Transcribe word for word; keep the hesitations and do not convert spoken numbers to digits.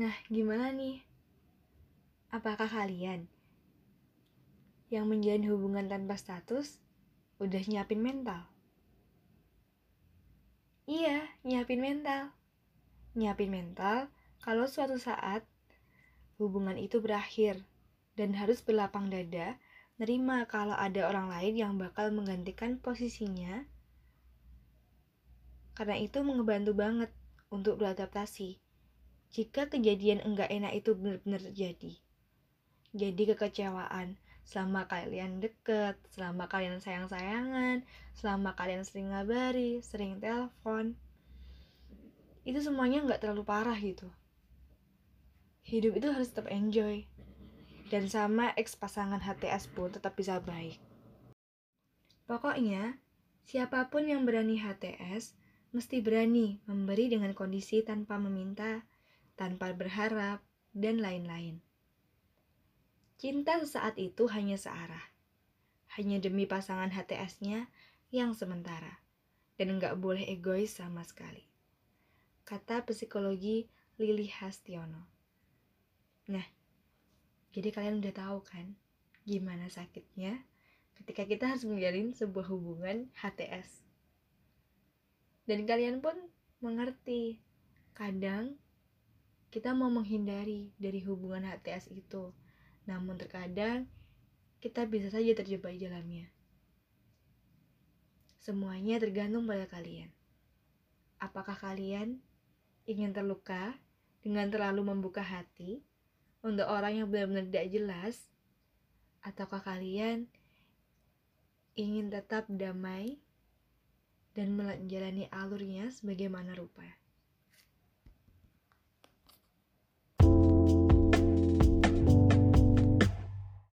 Nah, gimana nih? Apakah kalian yang menjalin hubungan tanpa status udah nyiapin mental? Iya, nyiapin mental. Nyiapin mental kalau suatu saat hubungan itu berakhir dan harus berlapang dada nerima kalau ada orang lain yang bakal menggantikan posisinya. Karena itu ngebantu banget untuk beradaptasi jika kejadian enggak enak itu benar-benar terjadi. Jadi kekecewaan selama kalian deket, selama kalian sayang-sayangan, selama kalian sering ngabari, sering telepon, itu semuanya nggak terlalu parah gitu. Hidup itu harus tetap enjoy. Dan sama ex pasangan H T S pun tetap bisa baik. Pokoknya, siapapun yang berani H T S mesti berani memberi dengan kondisi tanpa meminta, tanpa berharap, dan lain-lain. Cinta sesaat itu hanya searah, hanya demi pasangan H T S-nya yang sementara, dan nggak boleh egois sama sekali. Kata psikologi Lili Hastiono. Nah, jadi kalian udah tahu kan gimana sakitnya ketika kita harus menjalin sebuah hubungan H T S. Dan kalian pun mengerti, kadang kita mau menghindari dari hubungan H T S itu, namun terkadang kita bisa saja terjebak di dalamnya. Semuanya tergantung pada kalian. Apakah kalian ingin terluka dengan terlalu membuka hati untuk orang yang benar-benar tidak jelas? Ataukah kalian ingin tetap damai dan menjalani alurnya sebagaimana rupa?